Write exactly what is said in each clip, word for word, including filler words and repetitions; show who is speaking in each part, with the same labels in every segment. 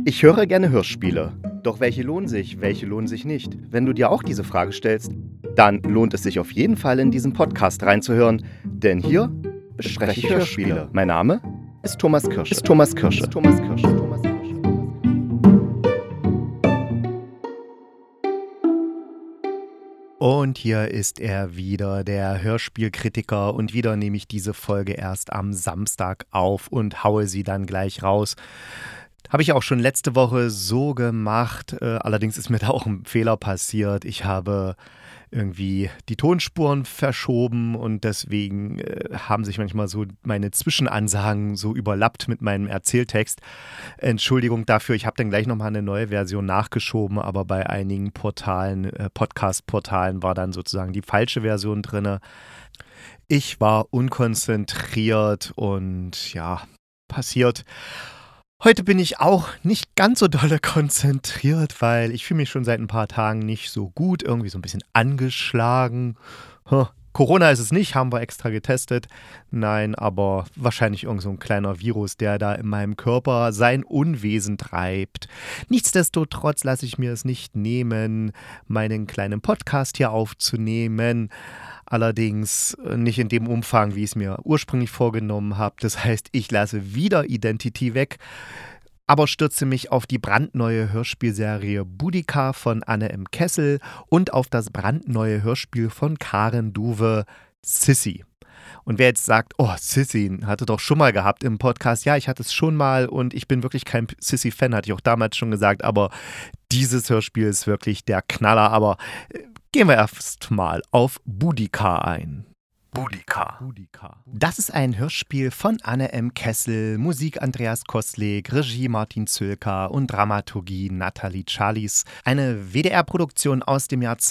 Speaker 1: Ich höre gerne Hörspiele. Doch welche lohnen sich, welche lohnen sich nicht? Wenn du dir auch diese Frage stellst, dann lohnt es sich auf jeden Fall in diesen Podcast reinzuhören, denn hier bespreche ich Hörspiele. Mein Name ist Thomas Kirsche. Ist Thomas Kirsche. Ist Thomas Kirsche. Thomas Kirsche. Und hier ist er wieder, der Hörspielkritiker, und wieder nehme ich diese Folge erst am Samstag auf und haue sie dann gleich raus. Habe ich auch schon letzte Woche so gemacht, äh, allerdings ist mir da auch ein Fehler passiert. Ich habe irgendwie die Tonspuren verschoben und deswegen äh, haben sich manchmal so meine Zwischenansagen so überlappt mit meinem Erzähltext. Entschuldigung dafür, ich habe dann gleich nochmal eine neue Version nachgeschoben, aber bei einigen Portalen, äh, Podcast-Portalen war dann sozusagen die falsche Version drin. Ich war unkonzentriert und ja, passiert. Heute bin ich auch nicht ganz so dolle konzentriert, weil ich fühle mich schon seit ein paar Tagen nicht so gut, irgendwie so ein bisschen angeschlagen. Huh. Corona ist es nicht, haben wir extra getestet. Nein, aber wahrscheinlich irgend so ein kleiner Virus, der da in meinem Körper sein Unwesen treibt. Nichtsdestotrotz lasse ich mir es nicht nehmen, meinen kleinen Podcast hier aufzunehmen. Allerdings nicht in dem Umfang, wie ich es mir ursprünglich vorgenommen habe. Das heißt, ich lasse wieder Identity weg, aber stürze mich auf die brandneue Hörspielserie Boudica von Anne M. Kessel und auf das brandneue Hörspiel von Karen Duwe, Sissy. Und wer jetzt sagt, oh, Sissy, hatte doch schon mal gehabt im Podcast. Ja, ich hatte es schon mal und ich bin wirklich kein Sissy-Fan, hatte ich auch damals schon gesagt. Aber dieses Hörspiel ist wirklich der Knaller. Aber gehen wir erst mal auf Boudica ein. Boudica. Das ist ein Hörspiel von Anne M. Kessel, Musik Andreas Koslik, Regie Martin Zülker und Dramaturgie Nathalie Charlies. Eine W D R-Produktion aus dem Jahr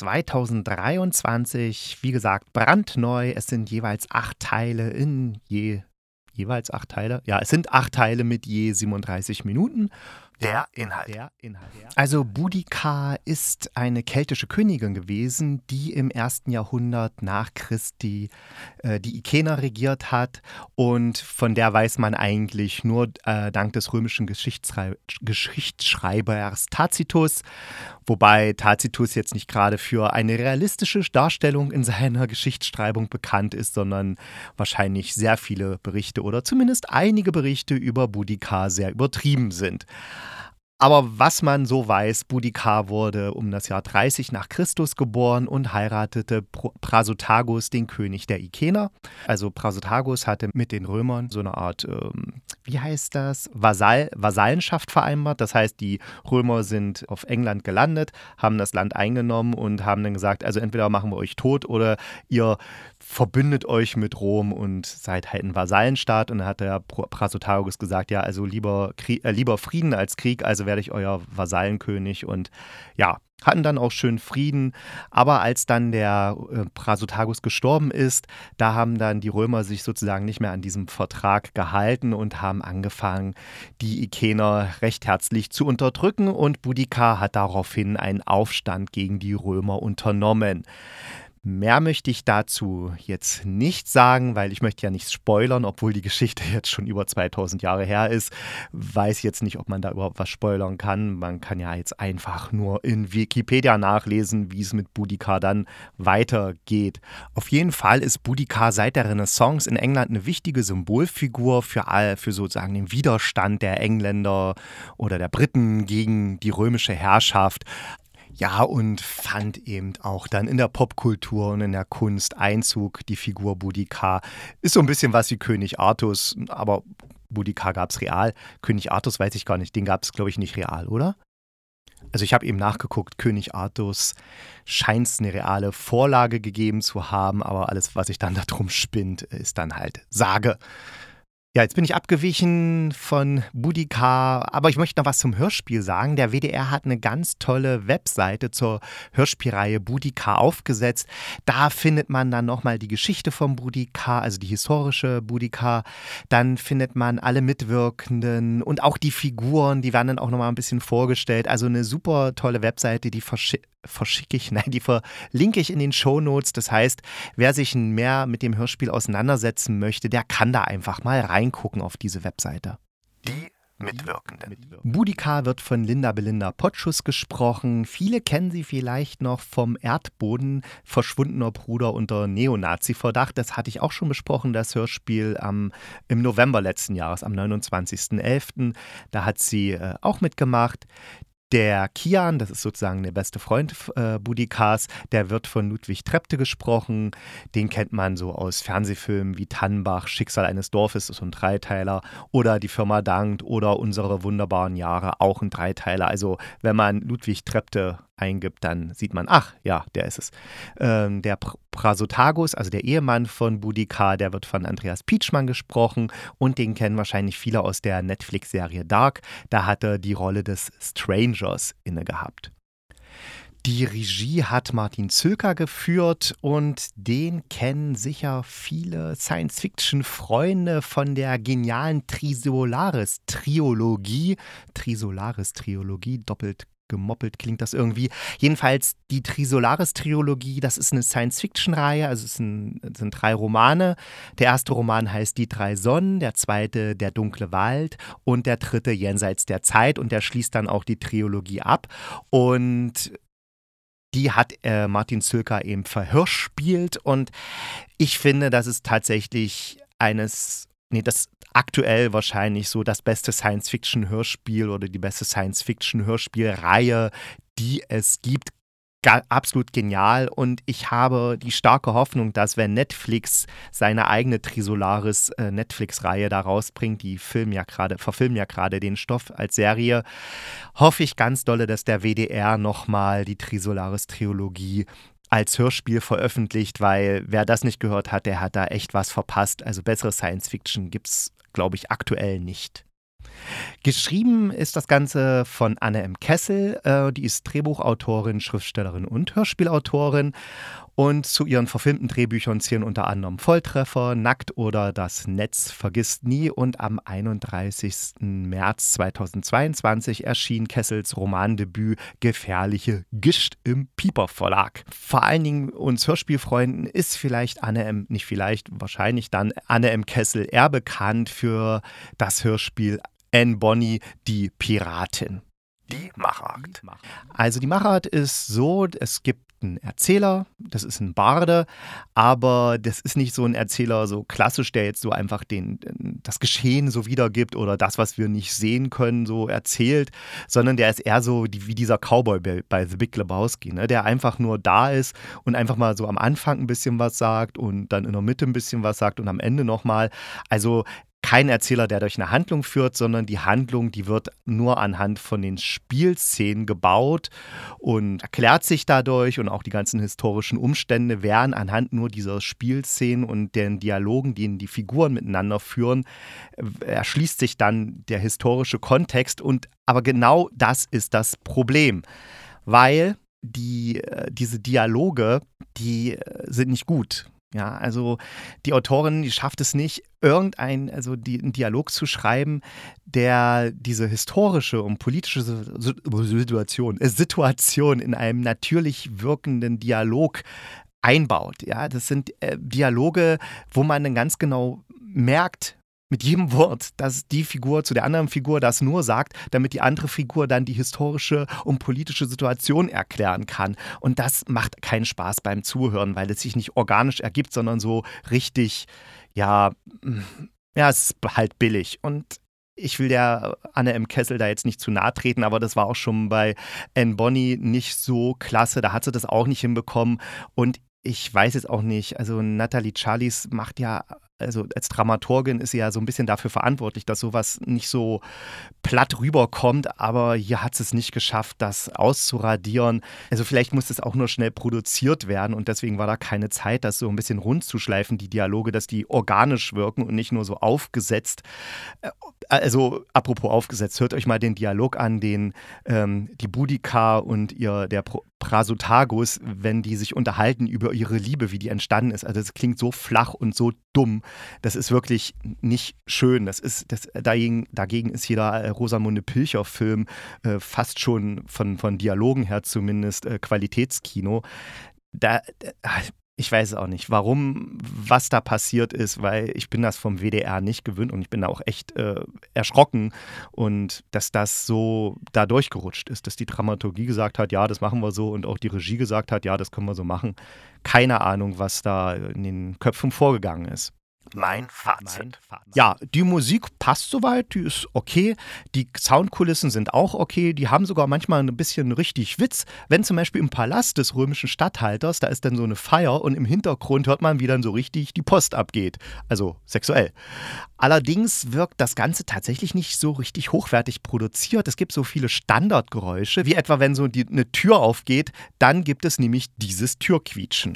Speaker 1: zweitausenddreiundzwanzig. Wie gesagt, brandneu. Es sind jeweils acht Teile in je... Jeweils acht Teile? Ja, es sind acht Teile mit je siebenunddreißig Minuten. Der Inhalt. Der Inhalt. Also Boudica ist eine keltische Königin gewesen, die im ersten Jahrhundert nach Christi äh, die Ikener regiert hat, und von der weiß man eigentlich nur äh, dank des römischen Geschichtsschrei- Geschichtsschreibers Tacitus, wobei Tacitus jetzt nicht gerade für eine realistische Darstellung in seiner Geschichtsschreibung bekannt ist, sondern wahrscheinlich sehr viele Berichte oder zumindest einige Berichte über Boudica sehr übertrieben sind. Aber was man so weiß, Boudica wurde um das Jahr dreißig nach Christus geboren und heiratete Prasutagus, den König der Ikener. Also Prasutagus hatte mit den Römern so eine Art, ähm, wie heißt das, Vasall, Vasallenschaft vereinbart. Das heißt, die Römer sind auf England gelandet, haben das Land eingenommen und haben dann gesagt, also entweder machen wir euch tot oder ihr verbündet euch mit Rom und seid halt ein Vasallenstaat. Und dann hat der Prasutagus gesagt, ja, also lieber, Krieg, äh, lieber Frieden als Krieg, also werde ich euer Vasallenkönig, und ja, hatten dann auch schön Frieden. Aber als dann der äh, Prasutagus gestorben ist, da haben dann die Römer sich sozusagen nicht mehr an diesem Vertrag gehalten und haben angefangen, die Ikener recht herzlich zu unterdrücken, und Boudica hat daraufhin einen Aufstand gegen die Römer unternommen. Mehr möchte ich dazu jetzt nicht sagen, weil ich möchte ja nichts spoilern, obwohl die Geschichte jetzt schon über zweitausend Jahre her ist. Weiß jetzt nicht, ob man da überhaupt was spoilern kann. Man kann ja jetzt einfach nur in Wikipedia nachlesen, wie es mit Boudica dann weitergeht. Auf jeden Fall ist Boudica seit der Renaissance in England eine wichtige Symbolfigur für, all, für sozusagen den Widerstand der Engländer oder der Briten gegen die römische Herrschaft. Ja, und fand eben auch dann in der Popkultur und in der Kunst Einzug. Die Figur Boudica ist so ein bisschen was wie König Artus, aber Boudica gab es real. König Artus weiß ich gar nicht, den gab es, glaube ich, nicht real, oder? Also ich habe eben nachgeguckt, König Artus scheint es eine reale Vorlage gegeben zu haben, aber alles, was sich dann darum spinnt, ist dann halt Sage. Ja, jetzt bin ich abgewichen von Boudica, aber ich möchte noch was zum Hörspiel sagen. Der W D R hat eine ganz tolle Webseite zur Hörspielreihe Boudica aufgesetzt. Da findet man dann nochmal die Geschichte von Boudica, also die historische Boudica. Dann findet man alle Mitwirkenden und auch die Figuren, die werden dann auch nochmal ein bisschen vorgestellt. Also eine super tolle Webseite, die verschi- verschicke ich, nein, die verlinke ich in den Shownotes. Das heißt, wer sich mehr mit dem Hörspiel auseinandersetzen möchte, der kann da einfach mal reingucken auf diese Webseite. Die Mitwirkenden. Boudica wird von Linda Belinda Pottschuss gesprochen. Viele kennen sie vielleicht noch vom Erdboden verschwundener Bruder unter Neonazi-Verdacht. Das hatte ich auch schon besprochen, das Hörspiel am, im November letzten Jahres, am neunundzwanzigsten elften Da hat sie äh, auch mitgemacht. Der Kian, das ist sozusagen der beste Freund äh, Boudicas, der wird von Ludwig Trepte gesprochen. Den kennt man so aus Fernsehfilmen wie Tannenbach, Schicksal eines Dorfes, ist so ein Dreiteiler, oder Die Firma dankt oder Unsere wunderbaren Jahre, auch ein Dreiteiler. Also wenn man Ludwig Trepte eingibt, dann sieht man, ach ja, der ist es. Ähm, der Pr- Prasotagus, also der Ehemann von Boudica, der wird von Andreas Pietschmann gesprochen und den kennen wahrscheinlich viele aus der Netflix-Serie Dark. Da hat er die Rolle des Strangers inne gehabt. Die Regie hat Martin Zülker geführt und den kennen sicher viele Science-Fiction-Freunde von der genialen Trisolaris-Triologie. Trisolaris-Triologie, doppelt gemoppelt klingt das irgendwie. Jedenfalls die Trisolaris-Triologie, das ist eine Science-Fiction-Reihe, also es sind, es sind drei Romane. Der erste Roman heißt Die drei Sonnen, der zweite Der dunkle Wald und der dritte Jenseits der Zeit und der schließt dann auch die Triologie ab. Und die hat äh, Martin Zülker eben verhörspielt und ich finde, das ist tatsächlich eines, nee, das aktuell wahrscheinlich so das beste Science-Fiction-Hörspiel oder die beste Science-Fiction-Hörspielreihe, die es gibt. Ga- absolut genial und ich habe die starke Hoffnung, dass wenn Netflix seine eigene Trisolaris äh, Netflix-Reihe da rausbringt, die filmen ja gerade, verfilmen ja gerade den Stoff als Serie, hoffe ich ganz dolle, dass der W D R nochmal die Trisolaris-Trilogie als Hörspiel veröffentlicht, weil wer das nicht gehört hat, der hat da echt was verpasst. Also bessere Science-Fiction gibt es, glaube ich, aktuell nicht. Geschrieben ist das Ganze von Anne M. Kessel. Äh, die ist Drehbuchautorin, Schriftstellerin und Hörspielautorin. Und zu ihren verfilmten Drehbüchern zählen unter anderem Volltreffer, Nackt oder Das Netz vergisst nie. Und am einunddreißigsten März zweitausendzweiundzwanzig erschien Kessels Romandebüt Gefährliche Gischt im Piper Verlag. Vor allen Dingen uns Hörspielfreunden ist vielleicht Anne M., nicht vielleicht, wahrscheinlich dann Anne M. Kessel eher bekannt für das Hörspiel Anne Bonny, die Piratin. Die Machart. Also die Machart ist so, es gibt einen Erzähler, das ist ein Barde, aber das ist nicht so ein Erzähler so klassisch, der jetzt so einfach den, das Geschehen so wiedergibt oder das, was wir nicht sehen können, so erzählt, sondern der ist eher so die, wie dieser Cowboy bei, bei The Big Lebowski, ne? Der einfach nur da ist und einfach mal so am Anfang ein bisschen was sagt und dann in der Mitte ein bisschen was sagt und am Ende nochmal. Also kein Erzähler, der durch eine Handlung führt, sondern die Handlung, die wird nur anhand von den Spielszenen gebaut und erklärt sich dadurch und auch die ganzen historischen Umstände werden anhand nur dieser Spielszenen und den Dialogen, die die Figuren miteinander führen, erschließt sich dann der historische Kontext und aber genau das ist das Problem, weil die, diese Dialoge, die sind nicht gut. Ja, also die Autorin, die schafft es nicht, irgendein, also die, einen Dialog zu schreiben, der diese historische und politische Situation, äh, Situation in einem natürlich wirkenden Dialog einbaut. Ja, das sind äh, Dialoge, wo man dann ganz genau merkt, mit jedem Wort, dass die Figur zu der anderen Figur das nur sagt, damit die andere Figur dann die historische und politische Situation erklären kann. Und das macht keinen Spaß beim Zuhören, weil es sich nicht organisch ergibt, sondern so richtig, ja, ja, es ist halt billig. Und ich will der Anne M. Kessel da jetzt nicht zu nahe treten, aber das war auch schon bei Anne Bonny nicht so klasse. Da hat sie das auch nicht hinbekommen. Und ich weiß jetzt auch nicht, also Natalie Charlies macht ja, also als Dramaturgin ist sie ja so ein bisschen dafür verantwortlich, dass sowas nicht so platt rüberkommt, aber hier hat sie es nicht geschafft, das auszuradieren. Also vielleicht muss es auch nur schnell produziert werden und deswegen war da keine Zeit, das so ein bisschen rund zu schleifen, die Dialoge, dass die organisch wirken und nicht nur so aufgesetzt. Also apropos aufgesetzt, hört euch mal den Dialog an, den ähm, die Boudica und ihr, der Prasotagus, wenn die sich unterhalten über ihre Liebe, wie die entstanden ist. Also das klingt so flach und so dumm. Das ist wirklich nicht schön. Das ist, das, dagegen, dagegen ist jeder äh, Rosamunde Pilcher-Film äh, fast schon von, von Dialogen her zumindest äh, Qualitätskino. Da, Ich weiß es auch nicht, warum, was da passiert ist, weil ich bin das vom W D R nicht gewöhnt und ich bin da auch echt äh, erschrocken und dass das so da durchgerutscht ist, dass die Dramaturgie gesagt hat, ja, das machen wir so und auch die Regie gesagt hat, ja, das können wir so machen. Keine Ahnung, was da in den Köpfen vorgegangen ist.
Speaker 2: Mein Fazit.
Speaker 1: Ja, die Musik passt soweit, die ist okay. Die Soundkulissen sind auch okay. Die haben sogar manchmal ein bisschen richtig Witz. Wenn zum Beispiel im Palast des römischen Statthalters, da ist dann so eine Feier und im Hintergrund hört man, wie dann so richtig die Post abgeht. Also sexuell. Allerdings wirkt das Ganze tatsächlich nicht so richtig hochwertig produziert. Es gibt so viele Standardgeräusche, wie etwa wenn so die, eine Tür aufgeht, dann gibt es nämlich dieses Türquietschen.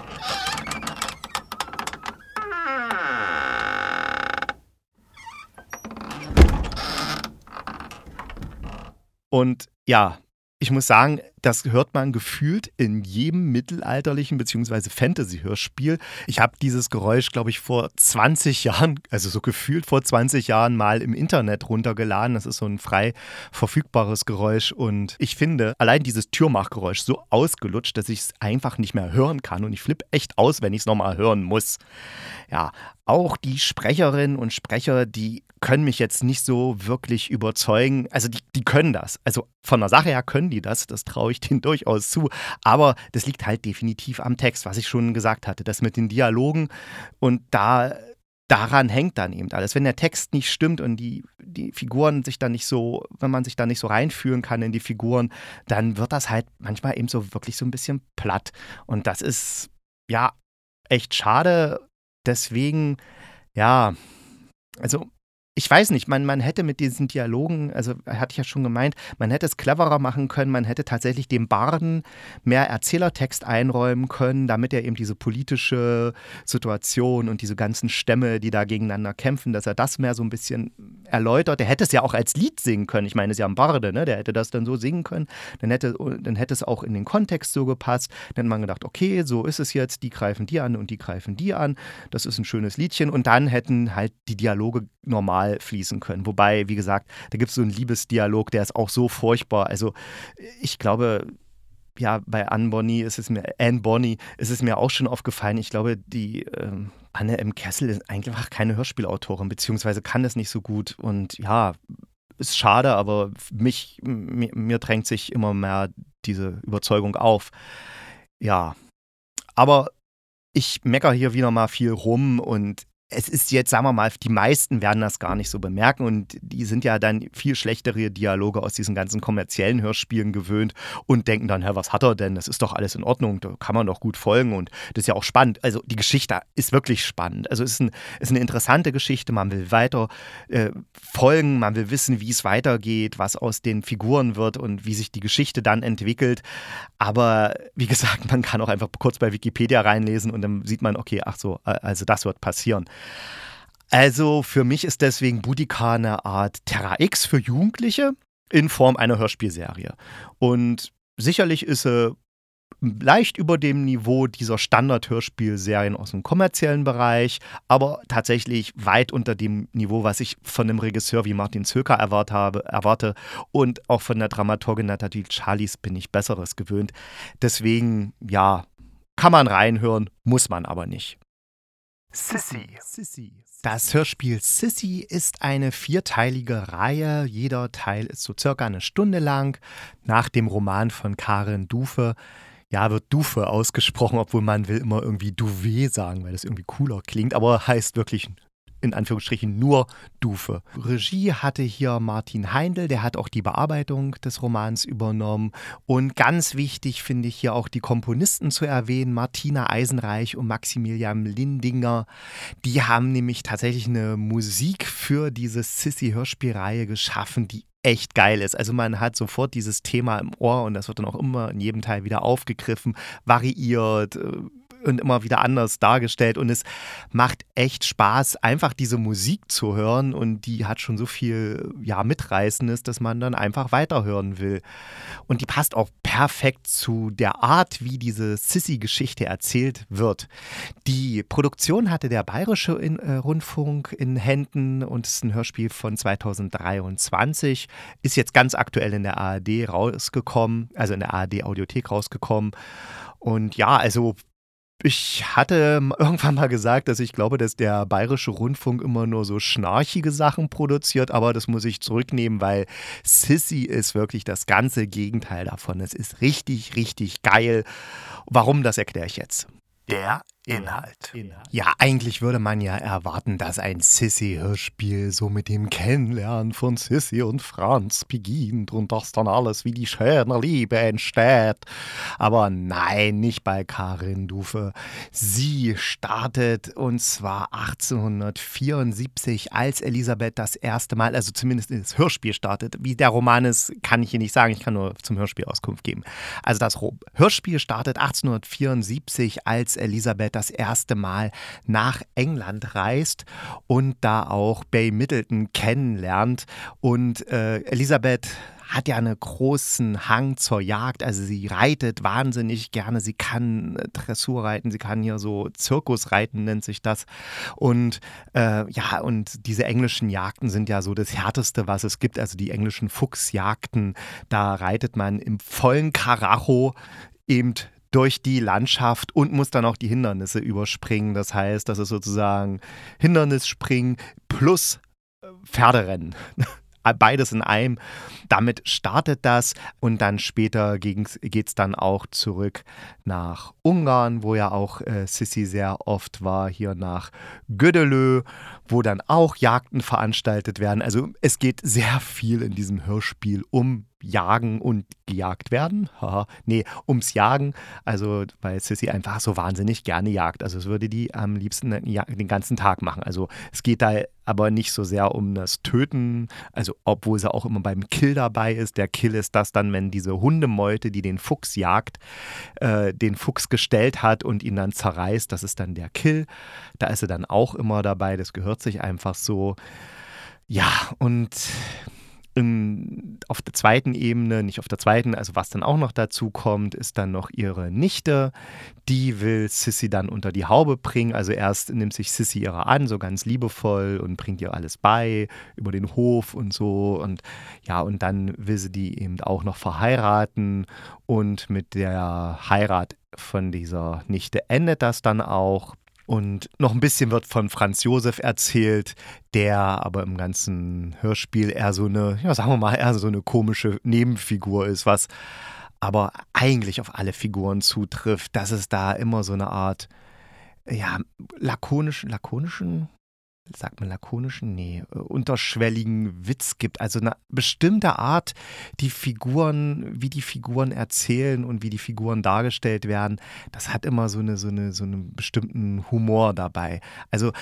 Speaker 1: Und ja, ich muss sagen, das hört man gefühlt in jedem mittelalterlichen bzw. Fantasy-Hörspiel. Ich habe dieses Geräusch, glaube ich, vor zwanzig Jahren, also so gefühlt vor zwanzig Jahren mal im Internet runtergeladen. Das ist so ein frei verfügbares Geräusch und ich finde allein dieses Türmachgeräusch so ausgelutscht, dass ich es einfach nicht mehr hören kann und ich flippe echt aus, wenn ich es nochmal hören muss. Ja, auch die Sprecherinnen und Sprecher, die können mich jetzt nicht so wirklich überzeugen. Also die, die können das. Also von der Sache her können die das, das traue ich denen durchaus zu. Aber das liegt halt definitiv am Text, was ich schon gesagt hatte. Das mit den Dialogen und da daran hängt dann eben alles. Wenn der Text nicht stimmt und die, die Figuren sich dann nicht so, wenn man sich da nicht so reinfühlen kann in die Figuren, dann wird das halt manchmal eben so wirklich so ein bisschen platt. Und das ist ja echt schade. Deswegen, ja, also ich weiß nicht, man, man hätte mit diesen Dialogen, also hatte ich ja schon gemeint, man hätte es cleverer machen können, man hätte tatsächlich dem Barden mehr Erzählertext einräumen können, damit er eben diese politische Situation und diese ganzen Stämme, die da gegeneinander kämpfen, dass er das mehr so ein bisschen erläutert. Der hätte es ja auch als Lied singen können. Ich meine, es ist ja ein Barde, ne? Der hätte das dann so singen können. Dann hätte, dann hätte es auch in den Kontext so gepasst. Dann hat man gedacht, okay, so ist es jetzt, die greifen die an und die greifen die an. Das ist ein schönes Liedchen. Und dann hätten halt die Dialoge normal fließen können. Wobei, wie gesagt, da gibt es so einen Liebesdialog, der ist auch so furchtbar. Also ich glaube, ja, bei Anne Bonny ist es mir, Anne Bonny ist es mir auch schon aufgefallen. Ich glaube, die ähm, Anne M. Kessel ist einfach keine Hörspielautorin, beziehungsweise kann das nicht so gut. Und ja, ist schade, aber mich, mir, mir drängt sich immer mehr diese Überzeugung auf. Ja, aber ich meckere hier wieder mal viel rum und es ist jetzt, sagen wir mal, die meisten werden das gar nicht so bemerken und die sind ja dann viel schlechtere Dialoge aus diesen ganzen kommerziellen Hörspielen gewöhnt und denken dann, hä, was hat er denn? Das ist doch alles in Ordnung, da kann man doch gut folgen und das ist ja auch spannend. Also die Geschichte ist wirklich spannend. Also es ist, ein, ist eine interessante Geschichte, man will weiter äh, folgen, man will wissen, wie es weitergeht, was aus den Figuren wird und wie sich die Geschichte dann entwickelt. Aber wie gesagt, man kann auch einfach kurz bei Wikipedia reinlesen und dann sieht man, okay, ach so, also das wird passieren. Also für mich ist deswegen Boudica eine Art Terra X für Jugendliche in Form einer Hörspielserie. Und sicherlich ist sie leicht über dem Niveau dieser Standard-Hörspielserien aus dem kommerziellen Bereich, aber tatsächlich weit unter dem Niveau, was ich von einem Regisseur wie Martin Zöker erwart habe, erwarte und auch von der Dramaturgin Nathalie Charlies bin ich Besseres gewöhnt. Deswegen, ja, kann man reinhören, muss man aber nicht.
Speaker 2: Sissy.
Speaker 1: Das Hörspiel Sissy ist eine vierteilige Reihe. Jeder Teil ist so circa eine Stunde lang. Nach dem Roman von Karin Dufe. Ja, wird Dufe ausgesprochen, obwohl man will immer irgendwie Duvet sagen, weil das irgendwie cooler klingt. Aber heißt wirklich in Anführungsstrichen nur Dufe. Regie hatte hier Martin Heindl, der hat auch die Bearbeitung des Romans übernommen. Und ganz wichtig finde ich hier auch die Komponisten zu erwähnen, Martina Eisenreich und Maximilian Lindinger. Die haben nämlich tatsächlich eine Musik für diese Sissy-Hörspielreihe geschaffen, die echt geil ist. Also man hat sofort dieses Thema im Ohr und das wird dann auch immer in jedem Teil wieder aufgegriffen, variiert und immer wieder anders dargestellt und es macht echt Spaß, einfach diese Musik zu hören und die hat schon so viel, ja, Mitreißendes, dass man dann einfach weiterhören will. Und die passt auch perfekt zu der Art, wie diese Sissy-Geschichte erzählt wird. Die Produktion hatte der Bayerische in, äh, Rundfunk in Händen und es ist ein Hörspiel von zweitausenddreiundzwanzig, ist jetzt ganz aktuell in der A R D rausgekommen, also in der A R D-Audiothek rausgekommen. Und ja, also Ich hatte irgendwann mal gesagt, dass ich glaube, dass der Bayerische Rundfunk immer nur so schnarchige Sachen produziert, aber das muss ich zurücknehmen, weil Sissy ist wirklich das ganze Gegenteil davon. Es ist richtig, richtig geil. Warum, das erkläre ich jetzt.
Speaker 2: Der Inhalt.
Speaker 1: Ja, eigentlich würde man ja erwarten, dass ein Sissy-Hörspiel so mit dem Kennenlernen von Sissy und Franz beginnt und dass dann alles wie die schöne Liebe entsteht. Aber nein, nicht bei Karin Dufe. Sie startet und zwar achtzehnhundertvierundsiebzig, als Elisabeth das erste Mal, also zumindest das Hörspiel startet. Wie der Roman ist, kann ich hier nicht sagen. Ich kann nur zum Hörspiel Auskunft geben. Also das Hörspiel startet achtzehnhundertvierundsiebzig, als Elisabeth das erste Mal nach England reist und da auch Bay Middleton kennenlernt. Und äh, Elisabeth hat ja einen großen Hang zur Jagd, also sie reitet wahnsinnig gerne, sie kann Dressur reiten, sie kann hier so Zirkus reiten, nennt sich das. Und äh, ja, und diese englischen Jagden sind ja so das Härteste, was es gibt, also die englischen Fuchsjagden, da reitet man im vollen Karacho eben durch die Landschaft und muss dann auch die Hindernisse überspringen. Das heißt, das ist sozusagen Hindernisspringen plus Pferderennen. Beides in einem. Damit startet das und dann später geht es dann auch zurück nach Ungarn, wo ja auch äh, Sissy sehr oft war, hier nach Gödelö, wo dann auch Jagden veranstaltet werden. Also es geht sehr viel in diesem Hörspiel um Jagen und gejagt werden. Haha, nee, ums Jagen. Also, weil Sissy einfach so wahnsinnig gerne jagt. Also, es würde die am liebsten den ganzen Tag machen. Also, es geht da aber nicht so sehr um das Töten. Also, obwohl sie auch immer beim Kill dabei ist. Der Kill ist das dann, wenn diese Hundemeute, die den Fuchs jagt, äh, den Fuchs gestellt hat und ihn dann zerreißt. Das ist dann der Kill. Da ist sie dann auch immer dabei. Das gehört sich einfach so. Ja, und In, auf der zweiten Ebene, nicht auf der zweiten, also was dann auch noch dazu kommt, ist dann noch ihre Nichte. Die will Sissy dann unter die Haube bringen. Also erst nimmt sich Sissy ihrer an, so ganz liebevoll und bringt ihr alles bei, über den Hof und so. Und ja, und dann will sie die eben auch noch verheiraten. Und mit der Heirat von dieser Nichte endet das dann auch. Und noch ein bisschen wird von Franz Josef erzählt, der aber im ganzen Hörspiel eher so eine, ja, sagen wir mal, eher so eine komische Nebenfigur ist, was aber eigentlich auf alle Figuren zutrifft, dass es da immer so eine Art, ja, lakonischen, lakonischen, sagt man lakonischen? Nee, äh, unterschwelligen Witz gibt. Also eine bestimmte Art, die Figuren, wie die Figuren erzählen und wie die Figuren dargestellt werden, das hat immer so eine, so eine, so einen bestimmten Humor dabei. Also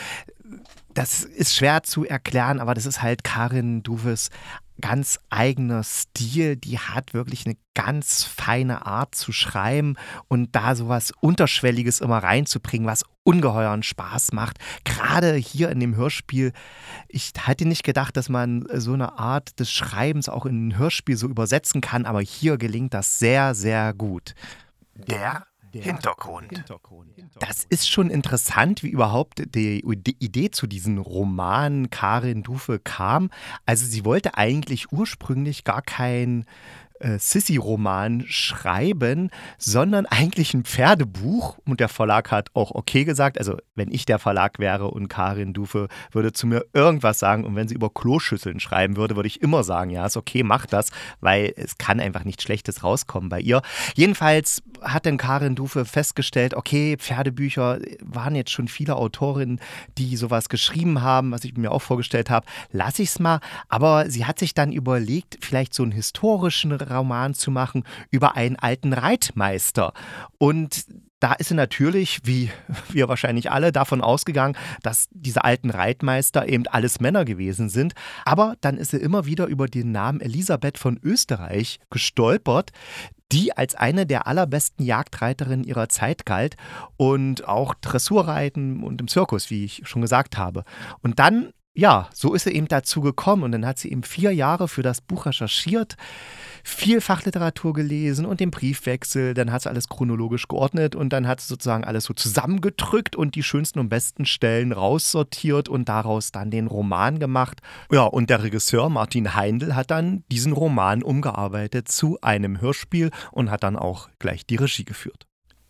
Speaker 1: das ist schwer zu erklären, aber das ist halt Karin Dufes ganz eigener Stil, die hat wirklich eine ganz feine Art zu schreiben und da sowas Unterschwelliges immer reinzubringen, was ungeheuren Spaß macht. Gerade hier in dem Hörspiel, ich hätte nicht gedacht, dass man so eine Art des Schreibens auch in ein Hörspiel so übersetzen kann, aber hier gelingt das sehr, sehr gut.
Speaker 2: Der Hintergrund.
Speaker 1: Das ist schon interessant, wie überhaupt die, die Idee zu diesem Roman Karin Dufe kam. Also sie wollte eigentlich ursprünglich gar kein äh, Sissy-Roman schreiben, sondern eigentlich ein Pferdebuch. Und der Verlag hat auch okay gesagt. Also wenn ich der Verlag wäre und Karin Dufe würde zu mir irgendwas sagen und wenn sie über Kloschüsseln schreiben würde, würde ich immer sagen, ja, ist okay, mach das, weil es kann einfach nichts Schlechtes rauskommen bei ihr. Jedenfalls hat dann Karin Dufe festgestellt, okay, Pferdebücher waren jetzt schon viele Autorinnen, die sowas geschrieben haben, was ich mir auch vorgestellt habe, lass ich es mal. Aber sie hat sich dann überlegt, vielleicht so einen historischen Roman zu machen über einen alten Reitmeister. Und da ist sie natürlich, wie wir wahrscheinlich alle, davon ausgegangen, dass diese alten Reitmeister eben alles Männer gewesen sind. Aber dann ist sie immer wieder über den Namen Elisabeth von Österreich gestolpert, die als eine der allerbesten Jagdreiterinnen ihrer Zeit galt und auch Dressurreiten und im Zirkus, wie ich schon gesagt habe. Und dann, ja, so ist sie eben dazu gekommen und dann hat sie eben vier Jahre für das Buch recherchiert, viel Fachliteratur gelesen und den Briefwechsel, dann hat sie alles chronologisch geordnet und dann hat sie sozusagen alles so zusammengedrückt und die schönsten und besten Stellen raussortiert und daraus dann den Roman gemacht. Ja, und der Regisseur Martin Heindl hat dann diesen Roman umgearbeitet zu einem Hörspiel und hat dann auch gleich die Regie geführt.
Speaker 2: Die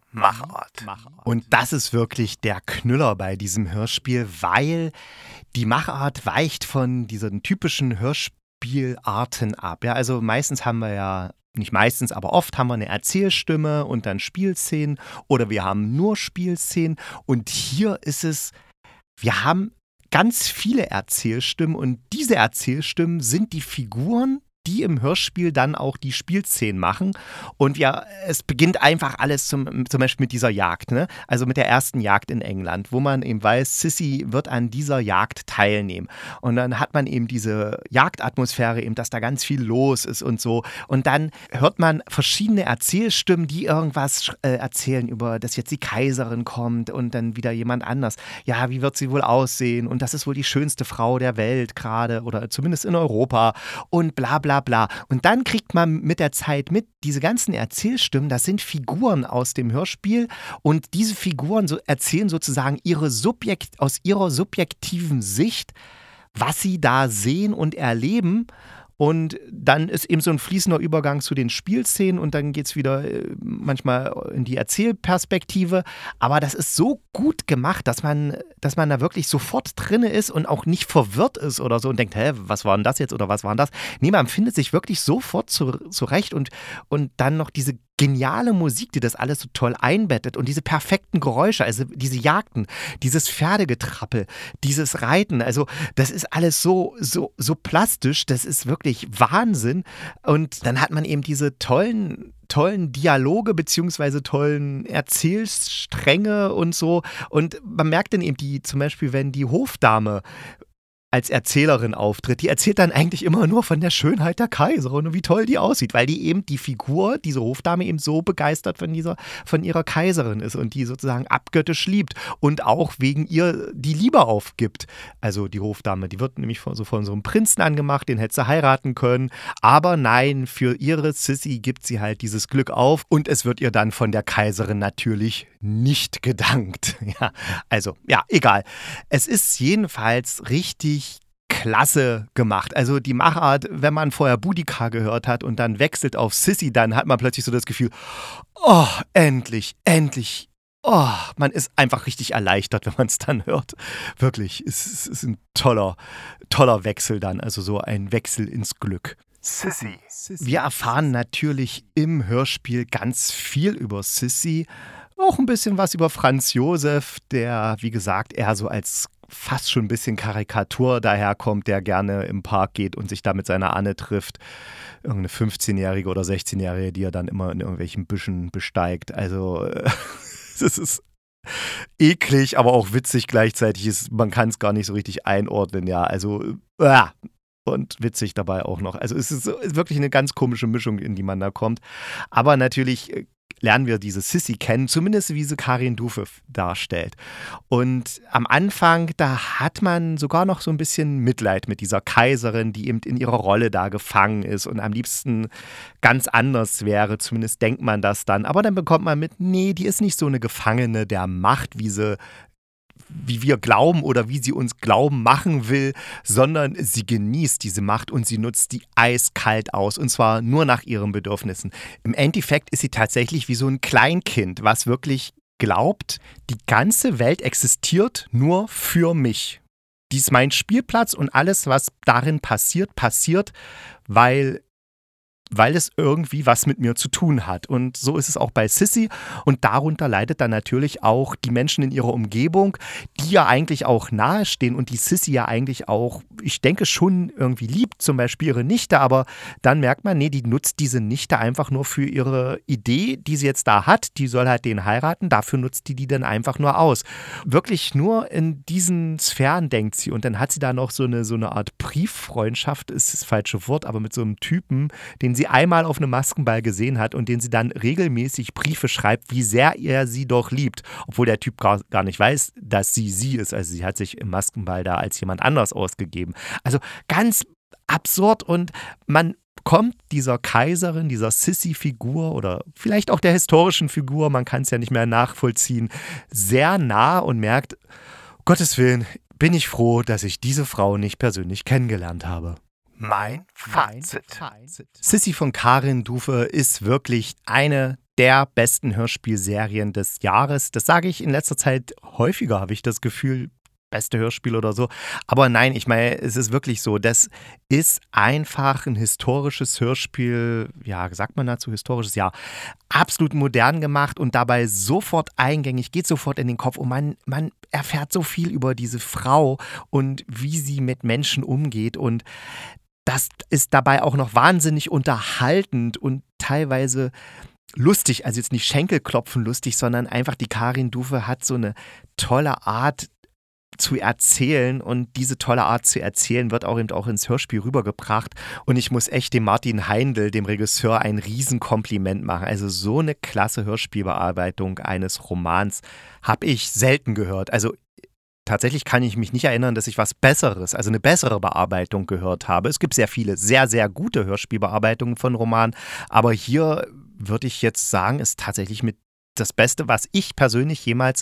Speaker 2: Machart.
Speaker 1: Und das ist wirklich der Knüller bei diesem Hörspiel, weil die Machart weicht von diesen typischen Hörspielarten ab. Ja, also meistens haben wir ja, nicht meistens, aber oft haben wir eine Erzählstimme und dann Spielszenen oder wir haben nur Spielszenen. Und hier ist es, wir haben ganz viele Erzählstimmen und diese Erzählstimmen sind die Figuren, die im Hörspiel dann auch die Spielszenen machen. Und ja, es beginnt einfach alles zum, zum Beispiel mit dieser Jagd, ne? Also mit der ersten Jagd in England, wo man eben weiß, Sissy wird an dieser Jagd teilnehmen. Und dann hat man eben diese Jagdatmosphäre, eben, dass da ganz viel los ist und so. Und dann hört man verschiedene Erzählstimmen, die irgendwas äh, erzählen über, dass jetzt die Kaiserin kommt und dann wieder jemand anders. Ja, wie wird sie wohl aussehen? Und das ist wohl die schönste Frau der Welt gerade oder zumindest in Europa und bla bla bla. Und dann kriegt man mit der Zeit mit, diese ganzen Erzählstimmen, das sind Figuren aus dem Hörspiel und diese Figuren so erzählen sozusagen ihre Subjekt, aus ihrer subjektiven Sicht, was sie da sehen und erleben. Und dann ist eben so ein fließender Übergang zu den Spielszenen und dann geht es wieder äh, manchmal in die Erzählperspektive. Aber das ist so gut gemacht, dass man, dass man da wirklich sofort drin ist und auch nicht verwirrt ist oder so und denkt, hä, was war denn das jetzt oder was war denn das? Nee, man findet sich wirklich sofort zu, zurecht und, und dann noch diese geniale Musik, die das alles so toll einbettet und diese perfekten Geräusche, also diese Jagden, dieses Pferdegetrappel, dieses Reiten, also das ist alles so, so, so plastisch, das ist wirklich Wahnsinn. Und dann hat man eben diese tollen tollen Dialoge beziehungsweise tollen Erzählstränge und so. Und man merkt dann eben die, zum Beispiel, wenn die Hofdame als Erzählerin auftritt, die erzählt dann eigentlich immer nur von der Schönheit der Kaiserin und wie toll die aussieht, weil die eben die Figur, diese Hofdame eben so begeistert von dieser, von ihrer Kaiserin ist und die sozusagen abgöttisch liebt und auch wegen ihr die Liebe aufgibt. Also die Hofdame, die wird nämlich von, so von so einem Prinzen angemacht, den hätte sie heiraten können, aber nein, für ihre Sissy gibt sie halt dieses Glück auf und es wird ihr dann von der Kaiserin natürlich nicht gedankt. Ja, also, ja, egal. Es ist jedenfalls richtig klasse gemacht. Also die Machart, wenn man vorher Boudica gehört hat und dann wechselt auf Sissy, dann hat man plötzlich so das Gefühl, oh, endlich, endlich. Oh, man ist einfach richtig erleichtert, wenn man es dann hört. Wirklich, es, es ist ein toller, toller Wechsel dann, also so ein Wechsel ins Glück.
Speaker 2: Sissy.
Speaker 1: Wir erfahren natürlich im Hörspiel ganz viel über Sissy, auch ein bisschen was über Franz Josef, der, wie gesagt, eher so als fast schon ein bisschen Karikatur daherkommt, der gerne im Park geht und sich da mit seiner Anne trifft. Irgendeine fünfzehnjährige oder sechzehnjährige, die er dann immer in irgendwelchen Büschen besteigt. Also, es ist eklig, aber auch witzig gleichzeitig. Ist, man kann es gar nicht so richtig einordnen, ja. Also, äh, und witzig dabei auch noch. Also, es ist, ist wirklich eine ganz komische Mischung, in die man da kommt. Aber natürlich lernen wir diese Sissy kennen, zumindest wie sie Karin Dufe darstellt. Und am Anfang, da hat man sogar noch so ein bisschen Mitleid mit dieser Kaiserin, die eben in ihrer Rolle da gefangen ist und am liebsten ganz anders wäre, zumindest denkt man das dann. Aber dann bekommt man mit, nee, die ist nicht so eine Gefangene der Macht, wie sie wie wir glauben oder wie sie uns glauben machen will, sondern sie genießt diese Macht und sie nutzt die eiskalt aus und zwar nur nach ihren Bedürfnissen. Im Endeffekt ist sie tatsächlich wie so ein Kleinkind, was wirklich glaubt, die ganze Welt existiert nur für mich. Dies ist mein Spielplatz und alles, was darin passiert, passiert, weil weil es irgendwie was mit mir zu tun hat. Und so ist es auch bei Sissy. Und darunter leidet dann natürlich auch die Menschen in ihrer Umgebung, die ja eigentlich auch nahestehen und die Sissy ja eigentlich auch, ich denke, schon irgendwie liebt, zum Beispiel ihre Nichte. Aber dann merkt man, nee, die nutzt diese Nichte einfach nur für ihre Idee, die sie jetzt da hat. Die soll halt den heiraten. Dafür nutzt die die dann einfach nur aus. Wirklich nur in diesen Sphären denkt sie. Und dann hat sie da noch so eine, so eine Art Brieffreundschaft, ist das falsche Wort, aber mit so einem Typen, den sie einmal auf einem Maskenball gesehen hat und den sie dann regelmäßig Briefe schreibt, wie sehr er sie doch liebt. Obwohl der Typ gar, gar nicht weiß, dass sie sie ist. Also sie hat sich im Maskenball da als jemand anders ausgegeben. Also ganz absurd und man kommt dieser Kaiserin, dieser Sissy-Figur oder vielleicht auch der historischen Figur, man kann es ja nicht mehr nachvollziehen, sehr nah und merkt, Gottes Willen, bin ich froh, dass ich diese Frau nicht persönlich kennengelernt habe.
Speaker 2: Mein Fazit.
Speaker 1: Sissy von Karin Dufe ist wirklich eine der besten Hörspielserien des Jahres. Das sage ich in letzter Zeit häufiger, habe ich das Gefühl. Beste Hörspiel oder so. Aber nein, ich meine, es ist wirklich so, das ist einfach ein historisches Hörspiel, ja, sagt man dazu, historisches, ja, absolut modern gemacht und dabei sofort eingängig, geht sofort in den Kopf und man, man erfährt so viel über diese Frau und wie sie mit Menschen umgeht und das ist dabei auch noch wahnsinnig unterhaltend und teilweise lustig, also jetzt nicht Schenkelklopfen lustig, sondern einfach die Karin Duwe hat so eine tolle Art zu erzählen und diese tolle Art zu erzählen wird auch eben auch ins Hörspiel rübergebracht und ich muss echt dem Martin Heindl, dem Regisseur, ein Riesenkompliment machen. Also so eine klasse Hörspielbearbeitung eines Romans habe ich selten gehört. Also tatsächlich kann ich mich nicht erinnern, dass ich was Besseres, also eine bessere Bearbeitung gehört habe. Es gibt sehr viele sehr, sehr gute Hörspielbearbeitungen von Romanen, aber hier würde ich jetzt sagen, ist tatsächlich mit das Beste, was ich persönlich jemals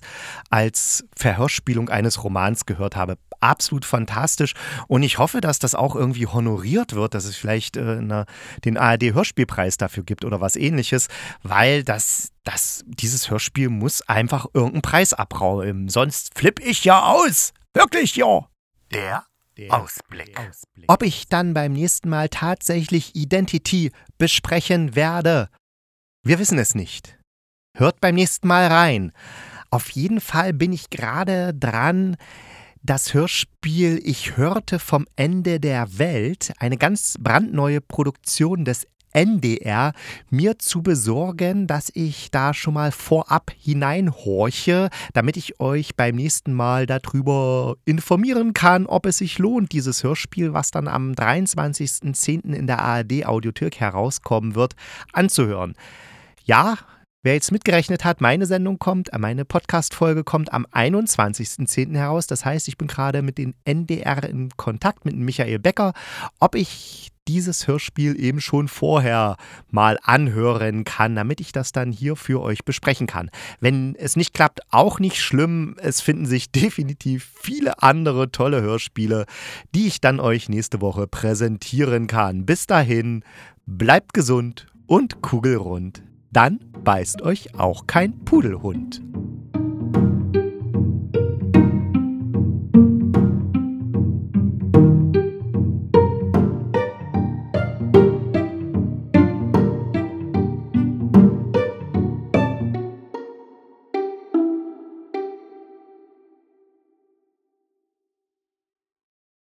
Speaker 1: als Verhörspielung eines Romans gehört habe. Absolut fantastisch und ich hoffe, dass das auch irgendwie honoriert wird, dass es vielleicht äh, eine, den A R D-Hörspielpreis dafür gibt oder was ähnliches, weil das, das, dieses Hörspiel muss einfach irgendeinen Preis abräumen, sonst flippe ich ja aus. Wirklich, ja.
Speaker 2: Der Ausblick.
Speaker 1: Ob ich dann beim nächsten Mal tatsächlich Identity besprechen werde, wir wissen es nicht. Hört beim nächsten Mal rein. Auf jeden Fall bin ich gerade dran, das Hörspiel Ich hörte vom Ende der Welt, eine ganz brandneue Produktion des N D R, mir zu besorgen, dass ich da schon mal vorab hineinhorche, damit ich euch beim nächsten Mal darüber informieren kann, ob es sich lohnt, dieses Hörspiel, was dann am dreiundzwanzigsten zehnten in der A R D-Audiothek herauskommen wird, anzuhören. Ja, wer jetzt mitgerechnet hat, meine Sendung kommt, meine Podcast-Folge kommt am einundzwanzigsten zehnten heraus. Das heißt, ich bin gerade mit den N D R in Kontakt, mit Michael Becker, ob ich dieses Hörspiel eben schon vorher mal anhören kann, damit ich das dann hier für euch besprechen kann. Wenn es nicht klappt, auch nicht schlimm. Es finden sich definitiv viele andere tolle Hörspiele, die ich dann euch nächste Woche präsentieren kann. Bis dahin, bleibt gesund und kugelrund. Dann beißt euch auch kein Pudelhund.